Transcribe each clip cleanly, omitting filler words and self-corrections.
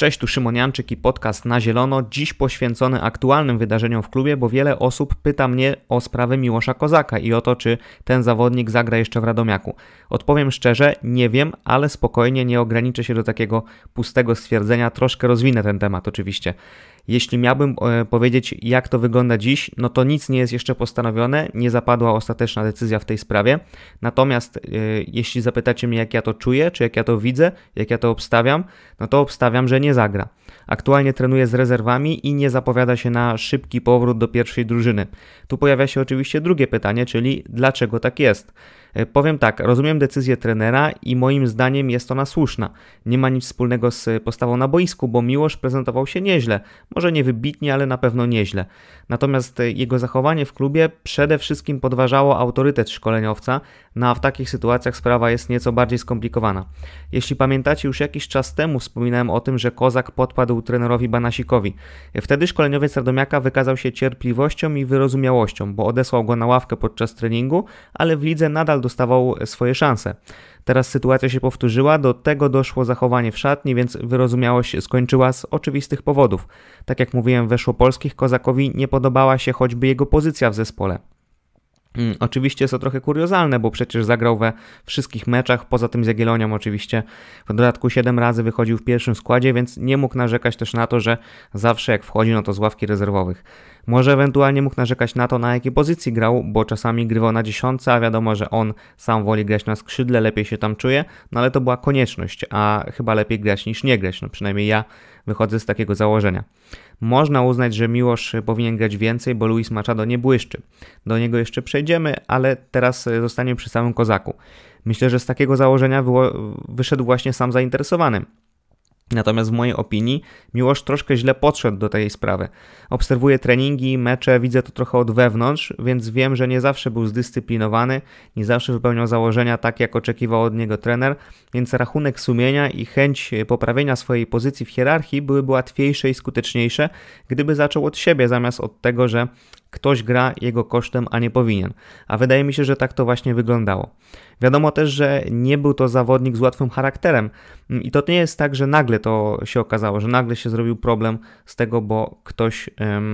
Cześć, tu Szymon Janczyk i podcast Na Zielono, dziś poświęcony aktualnym wydarzeniom w klubie, bo wiele osób pyta mnie o sprawę Miłosza Kozaka i o to, czy ten zawodnik zagra jeszcze w Radomiaku. Odpowiem szczerze, nie wiem, ale spokojnie, nie ograniczę się do takiego pustego stwierdzenia, troszkę rozwinę ten temat oczywiście. Jeśli miałbym powiedzieć, jak to wygląda dziś, no to nic nie jest jeszcze postanowione, nie zapadła ostateczna decyzja w tej sprawie. Natomiast jeśli zapytacie mnie, jak ja to czuję, czy jak ja to widzę, jak ja to obstawiam, no to obstawiam, że nie zagra. Aktualnie trenuje z rezerwami i nie zapowiada się na szybki powrót do pierwszej drużyny. Tu pojawia się oczywiście drugie pytanie, czyli dlaczego tak jest? Powiem tak, rozumiem decyzję trenera i moim zdaniem jest ona słuszna. Nie ma nic wspólnego z postawą na boisku, bo Miłosz prezentował się nieźle. Może nie wybitnie, ale na pewno nieźle. Natomiast jego zachowanie w klubie przede wszystkim podważało autorytet szkoleniowca, no a w takich sytuacjach sprawa jest nieco bardziej skomplikowana. Jeśli pamiętacie, już jakiś czas temu wspominałem o tym, że Kozak podpadł trenerowi Banasikowi. Wtedy szkoleniowiec Radomiaka wykazał się cierpliwością i wyrozumiałością, bo odesłał go na ławkę podczas treningu, ale w lidze nadal dostawał swoje szanse. Teraz sytuacja się powtórzyła, do tego doszło zachowanie w szatni, więc wyrozumiałość skończyła z oczywistych powodów. Tak jak mówiłem, weszłopolskich Kozakowi nie podobała się choćby jego pozycja w zespole. Oczywiście jest to trochę kuriozalne, bo przecież zagrał we wszystkich meczach, poza tym z Jagiellonią oczywiście. W dodatku 7 razy wychodził w pierwszym składzie, więc nie mógł narzekać też na to, że zawsze jak wchodzi, no to z ławki rezerwowych. Może ewentualnie mógł narzekać na to, na jakiej pozycji grał, bo czasami grywał na 10, a wiadomo, że on sam woli grać na skrzydle, lepiej się tam czuje, no ale to była konieczność, a chyba lepiej grać niż nie grać, no przynajmniej ja wychodzę z takiego założenia. Można uznać, że Miłosz powinien grać więcej, bo Luis Machado nie błyszczy. Do niego jeszcze przejdziemy, ale teraz zostaniemy przy samym Kozaku. Myślę, że z takiego założenia wyszedł właśnie sam zainteresowany. Natomiast w mojej opinii Miłosz troszkę źle podszedł do tej sprawy. Obserwuję treningi, mecze, widzę to trochę od wewnątrz, więc wiem, że nie zawsze był zdyscyplinowany, nie zawsze wypełniał założenia tak, jak oczekiwał od niego trener, więc rachunek sumienia i chęć poprawienia swojej pozycji w hierarchii byłyby łatwiejsze i skuteczniejsze, gdyby zaczął od siebie, zamiast od tego, że ktoś gra jego kosztem, a nie powinien. A wydaje mi się, że tak to właśnie wyglądało. Wiadomo też, że nie był to zawodnik z łatwym charakterem i to nie jest tak, że nagle to się okazało, że nagle się zrobił problem z tego, bo ktoś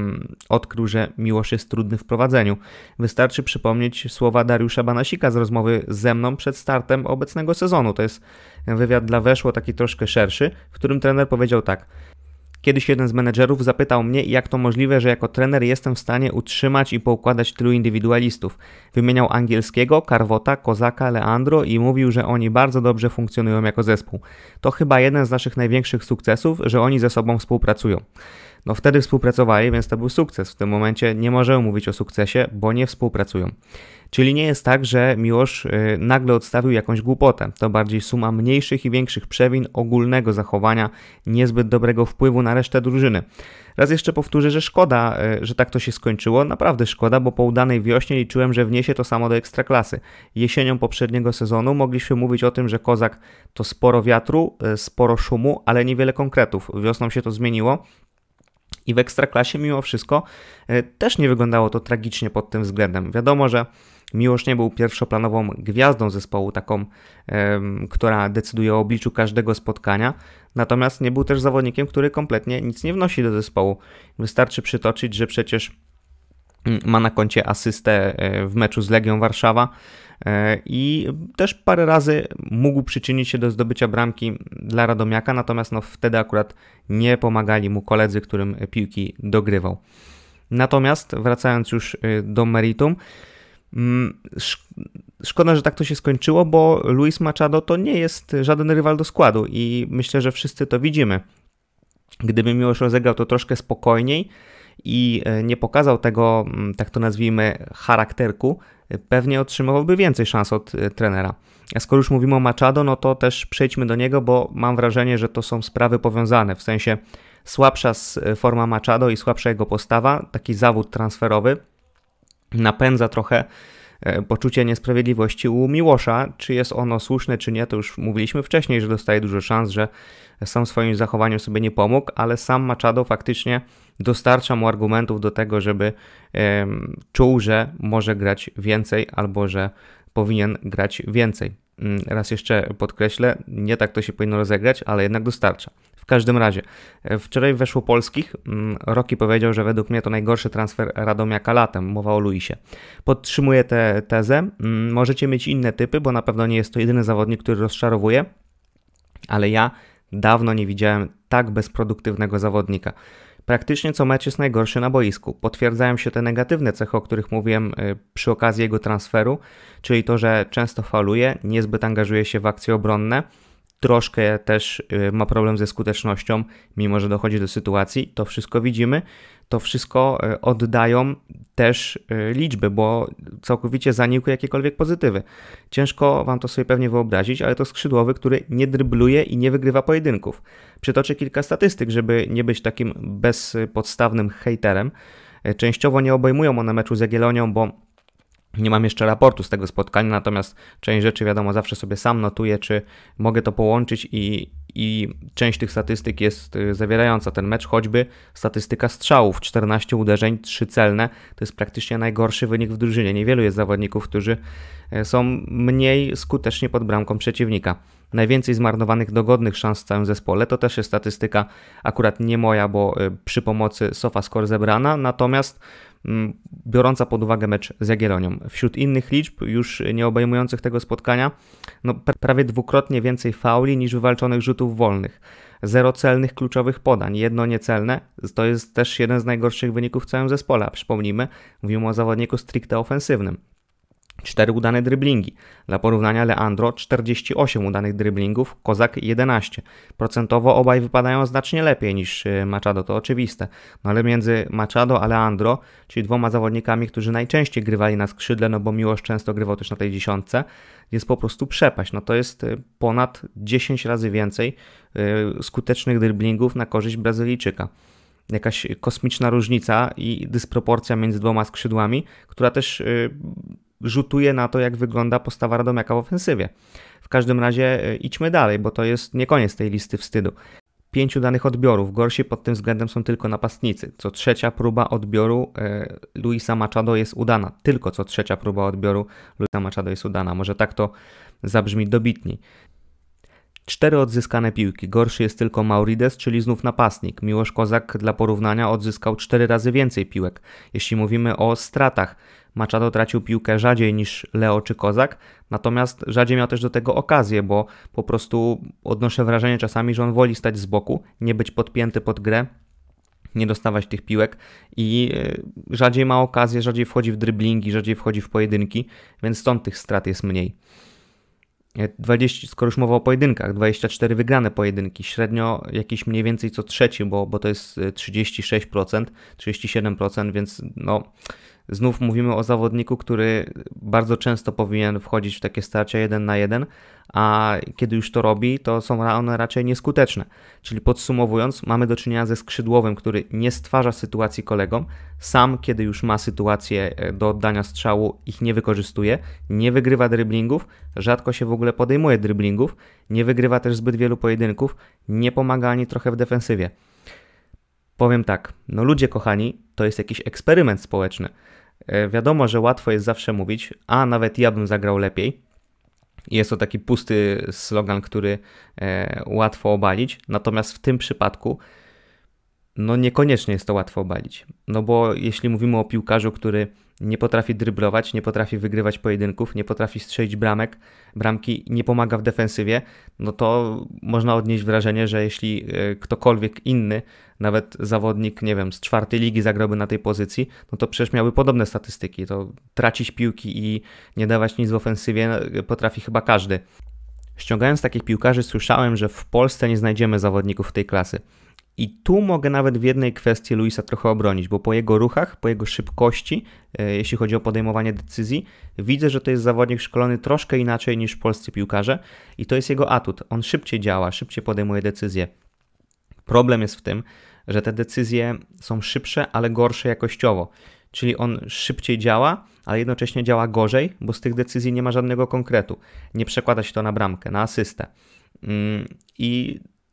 odkrył, że Miłosz jest trudny w prowadzeniu. Wystarczy przypomnieć słowa Dariusza Banasika z rozmowy ze mną przed startem obecnego sezonu. To jest wywiad dla Weszło, taki troszkę szerszy, w którym trener powiedział tak. Kiedyś jeden z menedżerów zapytał mnie, jak to możliwe, że jako trener jestem w stanie utrzymać i poukładać tylu indywidualistów. Wymieniał Angielskiego, Karwota, Kozaka, Leandro i mówił, że oni bardzo dobrze funkcjonują jako zespół. To chyba jeden z naszych największych sukcesów, że oni ze sobą współpracują. No wtedy współpracowali, więc to był sukces. W tym momencie nie możemy mówić o sukcesie, bo nie współpracują. Czyli nie jest tak, że Miłosz nagle odstawił jakąś głupotę. To bardziej suma mniejszych i większych przewin, ogólnego zachowania, niezbyt dobrego wpływu na resztę drużyny. Raz jeszcze powtórzę, że szkoda, że tak to się skończyło. Naprawdę szkoda, bo po udanej wiośnie liczyłem, że wniesie to samo do Ekstraklasy. Jesienią poprzedniego sezonu mogliśmy mówić o tym, że Kozak to sporo wiatru, sporo szumu, ale niewiele konkretów. Wiosną się to zmieniło. I w Ekstraklasie mimo wszystko też nie wyglądało to tragicznie pod tym względem. Wiadomo, że Miłosz nie był pierwszoplanową gwiazdą zespołu, taką, która decyduje o obliczu każdego spotkania, natomiast nie był też zawodnikiem, który kompletnie nic nie wnosi do zespołu. Wystarczy przytoczyć, że przecież ma na koncie asystę w meczu z Legią Warszawa i też parę razy mógł przyczynić się do zdobycia bramki dla Radomiaka, natomiast wtedy akurat nie pomagali mu koledzy, którym piłki dogrywał. Natomiast wracając już do meritum, szkoda, że tak to się skończyło, bo Luis Machado to nie jest żaden rywal do składu i myślę, że wszyscy to widzimy. Gdyby Miłosz rozegrał to troszkę spokojniej i nie pokazał tego, tak to nazwijmy, charakterku, pewnie otrzymałby więcej szans od trenera. A skoro już mówimy o Machado, no to też przejdźmy do niego, bo mam wrażenie, że to są sprawy powiązane, w sensie słabsza forma Machado i słabsza jego postawa, taki zawód transferowy napędza trochę poczucie niesprawiedliwości u Miłosza. Czy jest ono słuszne, czy nie, to już mówiliśmy wcześniej, że dostaje dużo szans, że sam swoim zachowaniem sobie nie pomógł, ale sam Machado faktycznie dostarcza mu argumentów do tego, żeby czuł, że może grać więcej albo że powinien grać więcej. Raz jeszcze podkreślę, nie tak to się powinno rozegrać, ale jednak dostarcza. W każdym razie, wczoraj weszło polskich. Rocky powiedział, że według mnie to najgorszy transfer Radomiaka latem. Mowa o Luisie. Podtrzymuję tę tezę. Możecie mieć inne typy, bo na pewno nie jest to jedyny zawodnik, który rozczarowuje, ale ja dawno nie widziałem tak bezproduktywnego zawodnika. Praktycznie co mecz jest najgorszy na boisku. Potwierdzają się te negatywne cechy, o których mówiłem przy okazji jego transferu, czyli to, że często fauluje, niezbyt angażuje się w akcje obronne, troszkę też ma problem ze skutecznością, mimo że dochodzi do sytuacji. To wszystko widzimy, to wszystko oddają też liczby, bo całkowicie zanikły jakiekolwiek pozytywy. Ciężko wam to sobie pewnie wyobrazić, ale to skrzydłowy, który nie drybluje i nie wygrywa pojedynków. Przytoczę kilka statystyk, żeby nie być takim bezpodstawnym hejterem. Częściowo nie obejmują one meczu z Jagiellonią, bo nie mam jeszcze raportu z tego spotkania, natomiast część rzeczy wiadomo zawsze sobie sam notuję, czy mogę to połączyć i część tych statystyk jest zawierająca ten mecz, choćby statystyka strzałów, 14 uderzeń, 3 celne, to jest praktycznie najgorszy wynik w drużynie. Niewielu jest zawodników, którzy są mniej skuteczni pod bramką przeciwnika. Najwięcej zmarnowanych dogodnych szans w całym zespole, to też jest statystyka akurat nie moja, bo przy pomocy SofaScore zebrana, natomiast biorąca pod uwagę mecz z Jagiellonią. Wśród innych liczb, już nie obejmujących tego spotkania, prawie dwukrotnie więcej fauli niż wywalczonych rzutów wolnych. 0 celnych kluczowych podań, 1 niecelne, to jest też jeden z najgorszych wyników w całym zespole. A przypomnijmy, mówimy o zawodniku stricte ofensywnym. 4 udane driblingi. Dla porównania Leandro 48 udanych driblingów, Kozak 11. Procentowo obaj wypadają znacznie lepiej niż Machado, to oczywiste. No ale między Machado a Leandro, czyli dwoma zawodnikami, którzy najczęściej grywali na skrzydle, no bo Miłosz często grywał też na tej dziesiątce, jest po prostu przepaść. No to jest ponad 10 razy więcej skutecznych driblingów na korzyść Brazylijczyka. Jakaś kosmiczna różnica i dysproporcja między dwoma skrzydłami, która też rzutuje na to, jak wygląda postawa Radomiaka w ofensywie. W każdym razie idźmy dalej, bo to jest nie koniec tej listy wstydu. 5 udanych odbiorów. Gorsi pod tym względem są tylko napastnicy. Co trzecia próba odbioru Luisa Machado jest udana. Tylko co trzecia próba odbioru Luisa Machado jest udana. Może tak to zabrzmi dobitniej. 4 odzyskane piłki. Gorszy jest tylko Maurides, czyli znów napastnik. Miłosz Kozak dla porównania odzyskał 4 razy więcej piłek. Jeśli mówimy o stratach, Machado tracił piłkę rzadziej niż Leo czy Kozak, natomiast rzadziej miał też do tego okazję, bo po prostu odnoszę wrażenie czasami, że on woli stać z boku, nie być podpięty pod grę, nie dostawać tych piłek i rzadziej ma okazję, rzadziej wchodzi w driblingi, rzadziej wchodzi w pojedynki, więc stąd tych strat jest mniej. 20, skoro już mowa o pojedynkach, 24 wygrane pojedynki, średnio jakieś mniej więcej co trzeci, bo to jest 36%, 37%, więc no znów mówimy o zawodniku, który bardzo często powinien wchodzić w takie starcia 1 na 1, a kiedy już to robi, to są one raczej nieskuteczne. Czyli podsumowując, mamy do czynienia ze skrzydłowym, który nie stwarza sytuacji kolegom, sam kiedy już ma sytuację do oddania strzału, ich nie wykorzystuje, nie wygrywa driblingów, rzadko się w ogóle podejmuje driblingów, nie wygrywa też zbyt wielu pojedynków, nie pomaga ani trochę w defensywie. Powiem tak, no ludzie kochani, to jest jakiś eksperyment społeczny. Wiadomo, że łatwo jest zawsze mówić, a nawet ja bym zagrał lepiej. Jest to taki pusty slogan, który łatwo obalić, natomiast w tym przypadku no niekoniecznie jest to łatwo obalić. No bo jeśli mówimy o piłkarzu, który nie potrafi dryblować, nie potrafi wygrywać pojedynków, nie potrafi strzelić bramki, nie pomaga w defensywie, no to można odnieść wrażenie, że jeśli ktokolwiek inny, nawet zawodnik, nie wiem, z 4. ligi zagrałby na tej pozycji, no to przecież miałby podobne statystyki. To tracić piłki i nie dawać nic w ofensywie potrafi chyba każdy. Ściągając takich piłkarzy słyszałem, że w Polsce nie znajdziemy zawodników tej klasy. I tu mogę nawet w jednej kwestii Luisa trochę obronić, bo po jego ruchach, po jego szybkości, jeśli chodzi o podejmowanie decyzji, widzę, że to jest zawodnik szkolony troszkę inaczej niż polscy piłkarze i to jest jego atut. On szybciej działa, szybciej podejmuje decyzje. Problem jest w tym, że te decyzje są szybsze, ale gorsze jakościowo. Czyli on szybciej działa, ale jednocześnie działa gorzej, bo z tych decyzji nie ma żadnego konkretu. Nie przekłada się to na bramkę, na asystę. I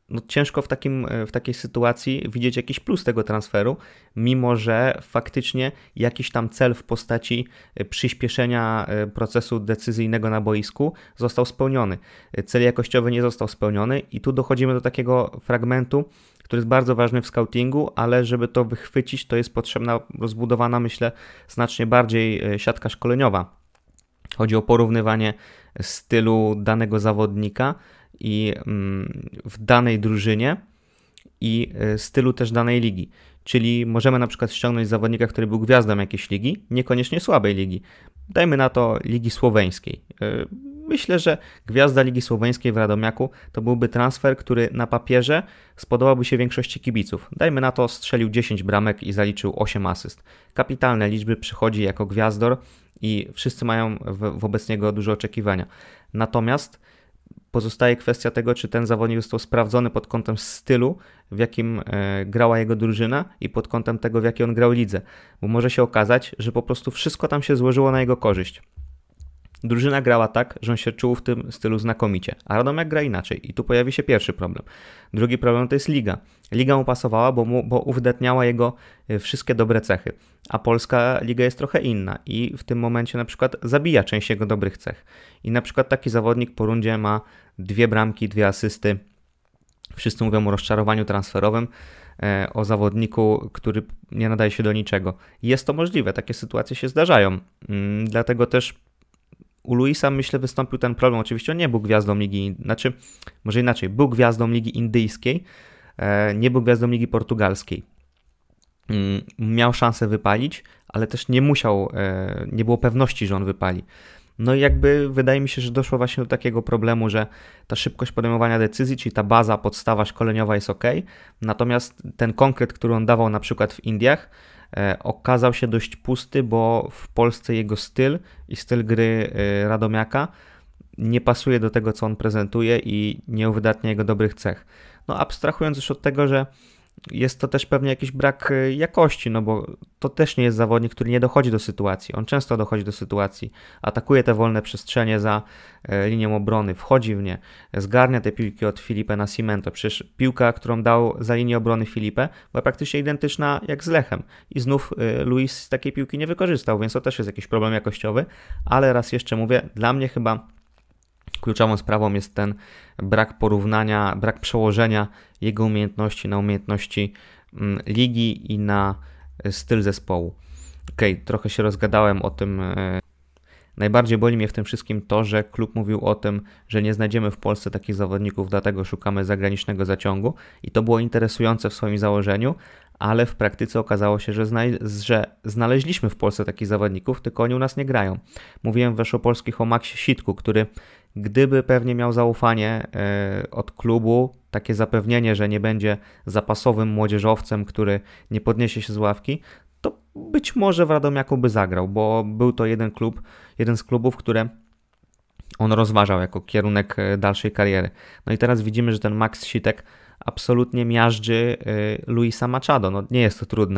no ciężko w takiej sytuacji widzieć jakiś plus tego transferu, mimo że faktycznie jakiś tam cel w postaci przyspieszenia procesu decyzyjnego na boisku został spełniony. Cel jakościowy nie został spełniony i tu dochodzimy do takiego fragmentu, który jest bardzo ważny w scoutingu, ale żeby to wychwycić, to jest potrzebna rozbudowana, myślę, znacznie bardziej siatka szkoleniowa. Chodzi o porównywanie stylu danego zawodnika i w danej drużynie i stylu też danej ligi. Czyli możemy na przykład ściągnąć zawodnika, który był gwiazdą jakiejś ligi, niekoniecznie słabej ligi. Dajmy na to Ligi Słoweńskiej. Myślę, że gwiazda Ligi Słoweńskiej w Radomiaku to byłby transfer, który na papierze spodobałby się większości kibiców. Dajmy na to, strzelił 10 bramek i zaliczył 8 asyst. Kapitalne liczby, przychodzi jako gwiazdor i wszyscy mają wobec niego duże oczekiwania. Natomiast pozostaje kwestia tego, czy ten zawodnik został sprawdzony pod kątem stylu, w jakim grała jego drużyna i pod kątem tego, w jakiej on grał lidze. Bo może się okazać, że po prostu wszystko tam się złożyło na jego korzyść. Drużyna grała tak, że on się czuł w tym stylu znakomicie, a Radomiak gra inaczej i tu pojawi się pierwszy problem. Drugi problem to jest liga. Liga mu pasowała, bo uwydatniała jego wszystkie dobre cechy, a polska liga jest trochę inna i w tym momencie na przykład zabija część jego dobrych cech. I na przykład taki zawodnik po rundzie ma 2 bramki, 2 asysty. Wszyscy mówią o rozczarowaniu transferowym, o zawodniku, który nie nadaje się do niczego. Jest to możliwe, takie sytuacje się zdarzają, dlatego też u Luisa, myślę, wystąpił ten problem. Oczywiście on nie był gwiazdą ligi, może inaczej, był gwiazdą ligi indyjskiej, nie był gwiazdą ligi portugalskiej. Miał szansę wypalić, ale też nie było pewności, że on wypali. No i jakby wydaje mi się, że doszło właśnie do takiego problemu, że ta szybkość podejmowania decyzji, czyli ta baza, podstawa szkoleniowa jest ok, natomiast ten konkret, który on dawał na przykład w Indiach, okazał się dość pusty, bo w Polsce jego styl i styl gry Radomiaka nie pasuje do tego, co on prezentuje i nie uwydatnia jego dobrych cech. No abstrahując już od tego, że jest to też pewnie jakiś brak jakości, no bo to też nie jest zawodnik, który nie dochodzi do sytuacji. On często dochodzi do sytuacji, atakuje te wolne przestrzenie za linią obrony, wchodzi w nie, zgarnia te piłki od Filipe Nascimento. Przecież piłka, którą dał za linię obrony Filipe, była praktycznie identyczna jak z Lechem. I znów Luis takiej piłki nie wykorzystał, więc to też jest jakiś problem jakościowy, ale raz jeszcze mówię, dla mnie chyba kluczową sprawą jest ten brak porównania, brak przełożenia jego umiejętności na umiejętności ligi i na styl zespołu. Okej, trochę się rozgadałem o tym. Najbardziej boli mnie w tym wszystkim to, że klub mówił o tym, że nie znajdziemy w Polsce takich zawodników, dlatego szukamy zagranicznego zaciągu i to było interesujące w swoim założeniu, ale w praktyce okazało się, że znaleźliśmy w Polsce takich zawodników, tylko oni u nas nie grają. Mówiłem w Weszopolskich o Maxie Sitku, który gdyby pewnie miał zaufanie od klubu, takie zapewnienie, że nie będzie zapasowym młodzieżowcem, który nie podniesie się z ławki, to być może w Radomiaku by zagrał, bo był to jeden z klubów, które on rozważał jako kierunek dalszej kariery. No i teraz widzimy, że ten Max Sitek absolutnie miażdży Luisa Machado. No nie jest to trudne,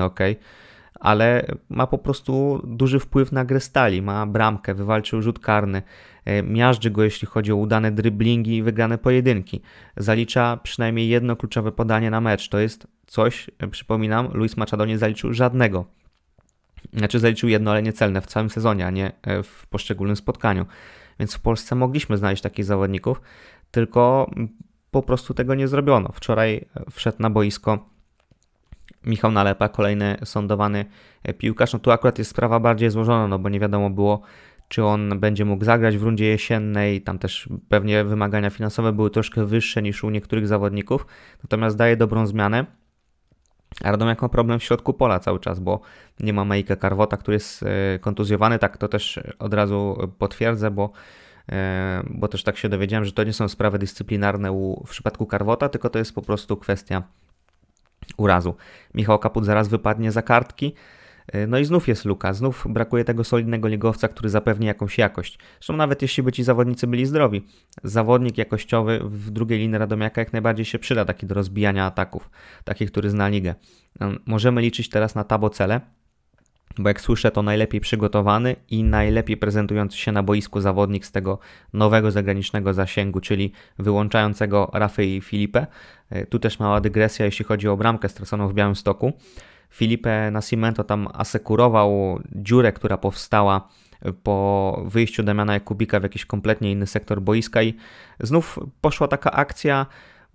ale ma po prostu duży wpływ na grę Stali. Ma bramkę, wywalczył rzut karny, miażdży go, jeśli chodzi o udane driblingi i wygrane pojedynki. Zalicza przynajmniej jedno kluczowe podanie na mecz. To jest coś, przypominam, Luis Machado nie zaliczył żadnego. Znaczy zaliczył jedno, ale niecelne w całym sezonie, a nie w poszczególnym spotkaniu. Więc w Polsce mogliśmy znaleźć takich zawodników, tylko po prostu tego nie zrobiono. Wczoraj wszedł na boisko Michał Nalepa, kolejny sądowany piłkarz. No tu akurat jest sprawa bardziej złożona, no bo nie wiadomo było, czy on będzie mógł zagrać w rundzie jesiennej. Tam też pewnie wymagania finansowe były troszkę wyższe niż u niektórych zawodników, natomiast daje dobrą zmianę. A Radomiak ma problem w środku pola cały czas, bo nie ma Majka Karwota, który jest kontuzjowany. Tak, to też od razu potwierdzę, bo też tak się dowiedziałem, że to nie są sprawy dyscyplinarne w przypadku Karwota, tylko to jest po prostu kwestia urazu. Michał Kaput zaraz wypadnie za kartki. No i znów jest luka, znów brakuje tego solidnego ligowca, który zapewni jakąś jakość. Zresztą nawet jeśli by ci zawodnicy byli zdrowi, zawodnik jakościowy w drugiej linii Radomiaka jak najbardziej się przyda, taki do rozbijania ataków, taki, który zna ligę. Możemy liczyć teraz na Thabo Celę, bo jak słyszę, to najlepiej przygotowany i najlepiej prezentujący się na boisku zawodnik z tego nowego zagranicznego zasięgu, czyli wyłączającego Rafy i Filipe. Tu też mała dygresja, jeśli chodzi o bramkę straconą w Białymstoku. Filipe Nascimento tam asekurował dziurę, która powstała po wyjściu Damiana Jakubika w jakiś kompletnie inny sektor boiska i znów poszła taka akcja,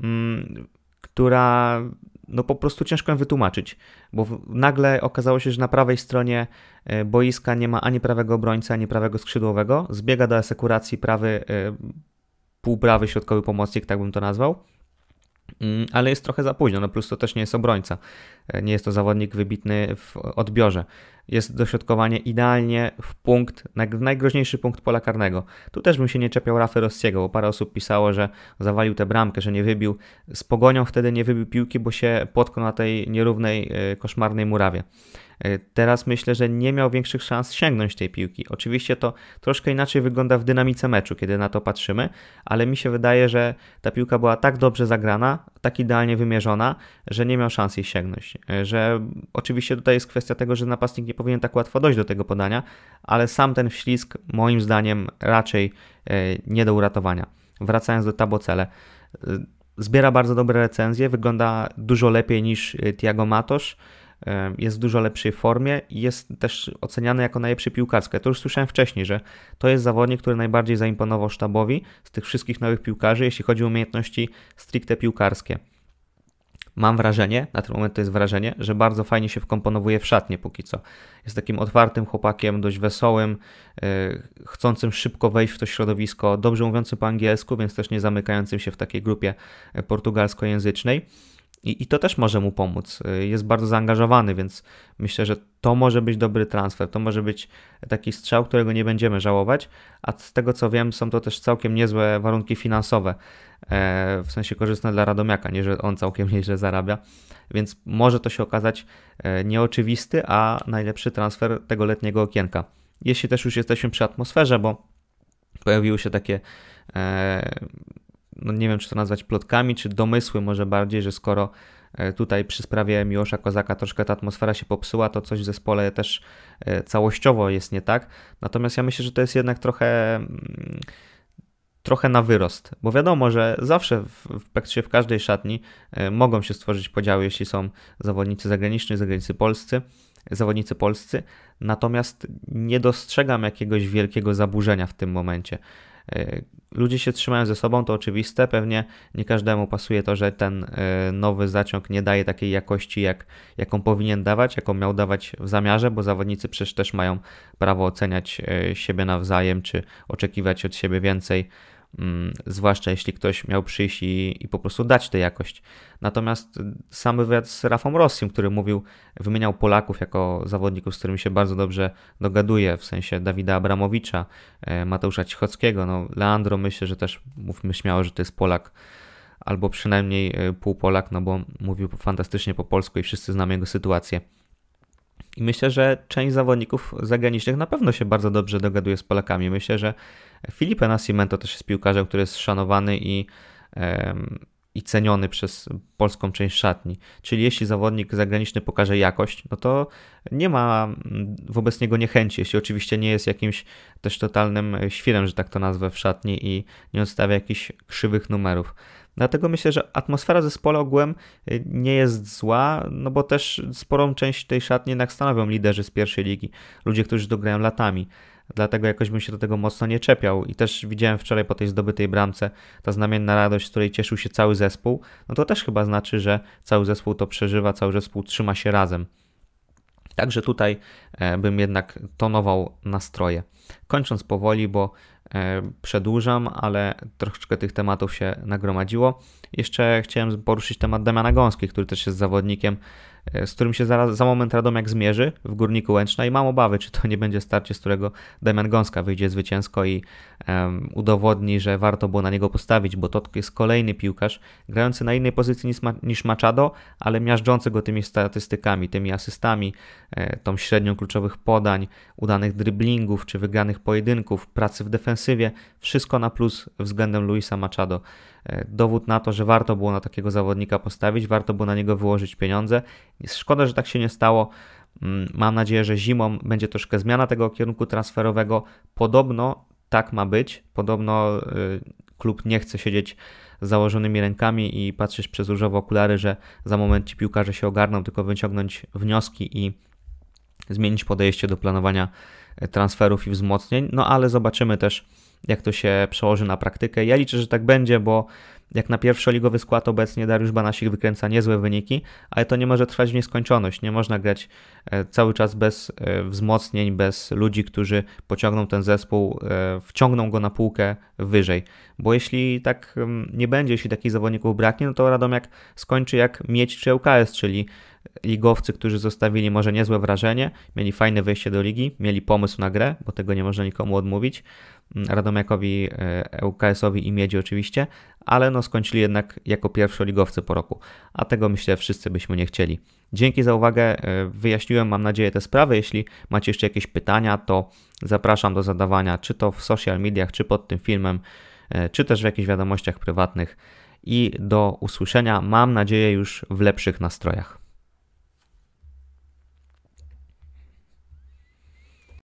która no po prostu ciężko ją wytłumaczyć, bo nagle okazało się, że na prawej stronie boiska nie ma ani prawego obrońcy, ani prawego skrzydłowego. Zbiega do asekuracji prawy, półprawy środkowy pomocnik, tak bym to nazwał. Ale jest trochę za późno, no plus to też nie jest obrońca, nie jest to zawodnik wybitny w odbiorze. Jest dośrodkowanie idealnie w punkt, najgroźniejszy punkt pola karnego. Tu też bym się nie czepiał Rafy Rossiego, bo parę osób pisało, że zawalił tę bramkę, że nie wybił. Z Pogonią wtedy nie wybił piłki, bo się potknął na tej nierównej, koszmarnej murawie. Teraz myślę, że nie miał większych szans sięgnąć tej piłki. Oczywiście to troszkę inaczej wygląda w dynamice meczu, kiedy na to patrzymy, ale mi się wydaje, że ta piłka była tak dobrze zagrana, tak idealnie wymierzona, że nie miał szans jej sięgnąć. Że oczywiście tutaj jest kwestia tego, że napastnik nie powinien tak łatwo dojść do tego podania, ale sam ten wślizg moim zdaniem raczej nie do uratowania. Wracając do Tabocele. Zbiera bardzo dobre recenzje, wygląda dużo lepiej niż Thiago Matos. Jest w dużo lepszej formie i jest też oceniany jako najlepszy piłkarski. Ja to już słyszałem wcześniej, że to jest zawodnik, który najbardziej zaimponował sztabowi z tych wszystkich nowych piłkarzy, jeśli chodzi o umiejętności stricte piłkarskie. Mam wrażenie, na ten moment to jest wrażenie, że bardzo fajnie się wkomponowuje w szatnię póki co. Jest takim otwartym chłopakiem, dość wesołym, chcącym szybko wejść w to środowisko, dobrze mówiącym po angielsku, więc też nie zamykającym się w takiej grupie portugalskojęzycznej. I to też może mu pomóc. Jest bardzo zaangażowany, więc myślę, że to może być dobry transfer. To może być taki strzał, którego nie będziemy żałować. A z tego co wiem, są to też całkiem niezłe warunki finansowe. W sensie korzystne dla Radomiaka, nie że on całkiem nieźle zarabia. Więc może to się okazać nieoczywisty, a najlepszy transfer tego letniego okienka. Jeśli też już jesteśmy przy atmosferze, bo pojawiły się takie... no nie wiem, czy to nazwać plotkami, czy domysły może bardziej, że skoro tutaj przy sprawie Miłosza Kozaka troszkę ta atmosfera się popsuła, to coś w zespole też całościowo jest nie tak. Natomiast ja myślę, że to jest jednak trochę na wyrost, bo wiadomo, że zawsze w każdej szatni mogą się stworzyć podziały, jeśli są zawodnicy zagraniczni, zawodnicy polscy, natomiast nie dostrzegam jakiegoś wielkiego zaburzenia w tym momencie. Ludzie się trzymają ze sobą, to oczywiste, pewnie nie każdemu pasuje to, że ten nowy zaciąg nie daje takiej jakości, jaką powinien dawać, jaką miał dawać w zamiarze, bo zawodnicy przecież też mają prawo oceniać siebie nawzajem, czy oczekiwać od siebie więcej, zwłaszcza jeśli ktoś miał przyjść i po prostu dać tę jakość. Natomiast sam wywiad z Rafą Rossim, który wymieniał Polaków jako zawodników, z którymi się bardzo dobrze dogaduje, w sensie Dawida Abramowicza, Mateusza Cichockiego, no Leandro myślę, że też mówmy śmiało, że to jest Polak, albo przynajmniej półpolak, no bo mówił fantastycznie po polsku i wszyscy znamy jego sytuację. I myślę, że część zawodników zagranicznych na pewno się bardzo dobrze dogaduje z Polakami. Myślę, że Filipe Nascimento też jest piłkarzem, który jest szanowany i ceniony przez polską część szatni. Czyli jeśli zawodnik zagraniczny pokaże jakość, no to nie ma wobec niego niechęci, jeśli oczywiście nie jest jakimś też totalnym świrem, że tak to nazwę, w szatni i nie odstawia jakichś krzywych numerów. Dlatego myślę, że atmosfera zespołu ogółem nie jest zła, no bo też sporą część tej szatni jednak stanowią liderzy z pierwszej ligi, ludzie, którzy dograją latami. Dlatego jakoś bym się do tego mocno nie czepiał i też widziałem wczoraj po tej zdobytej bramce ta znamienna radość, z której cieszył się cały zespół, no to też chyba znaczy, że cały zespół to przeżywa, cały zespół trzyma się razem. Także tutaj bym jednak tonował nastroje. Kończąc powoli, bo przedłużam, ale troszeczkę tych tematów się nagromadziło. Jeszcze chciałem poruszyć temat Damiana Gąski, który też jest zawodnikiem, z którym się za moment Radomiak zmierzy w Górniku Łęczna i mam obawy, czy to nie będzie starcie, z którego Damian Gąska wyjdzie zwycięsko i udowodni, że warto było na niego postawić, bo to jest kolejny piłkarz grający na innej pozycji niż Machado, ale miażdżący go tymi statystykami, tymi asystami, tą średnią kluczowych podań, udanych driblingów czy wygranych pojedynków, pracy w defensywie, wszystko na plus względem Luisa Machado. Dowód na to, że warto było na takiego zawodnika postawić, warto było na niego wyłożyć pieniądze. Szkoda, że tak się nie stało. Mam nadzieję, że zimą będzie troszkę zmiana tego kierunku transferowego. Podobno tak ma być. Podobno klub nie chce siedzieć z założonymi rękami i patrzeć przez różowe okulary, że za moment ci piłkarze się ogarną, tylko wyciągnąć wnioski i zmienić podejście do planowania transferów i wzmocnień. No ale zobaczymy też, jak to się przełoży na praktykę. Ja liczę, że tak będzie, bo jak na pierwszoligowy skład obecnie Dariusz Banasik wykręca niezłe wyniki, ale to nie może trwać w nieskończoność. Nie można grać cały czas bez wzmocnień, bez ludzi, którzy pociągną ten zespół, wciągną go na półkę wyżej. Bo jeśli tak nie będzie, jeśli takich zawodników braknie, no to Radomiak skończy jak Miedź czy ŁKS, czyli ligowcy, którzy zostawili może niezłe wrażenie, mieli fajne wejście do ligi, mieli pomysł na grę, bo tego nie można nikomu odmówić, Radomiakowi, ŁKS-owi i Miedzi oczywiście, ale no skończyli jednak jako pierwszoligowcy po roku, a tego myślę wszyscy byśmy nie chcieli. Dzięki za uwagę, wyjaśniłem mam nadzieję te sprawy. Jeśli macie jeszcze jakieś pytania, to zapraszam do zadawania, czy to w social mediach, czy pod tym filmem, czy też w jakichś wiadomościach prywatnych i do usłyszenia, mam nadzieję już w lepszych nastrojach.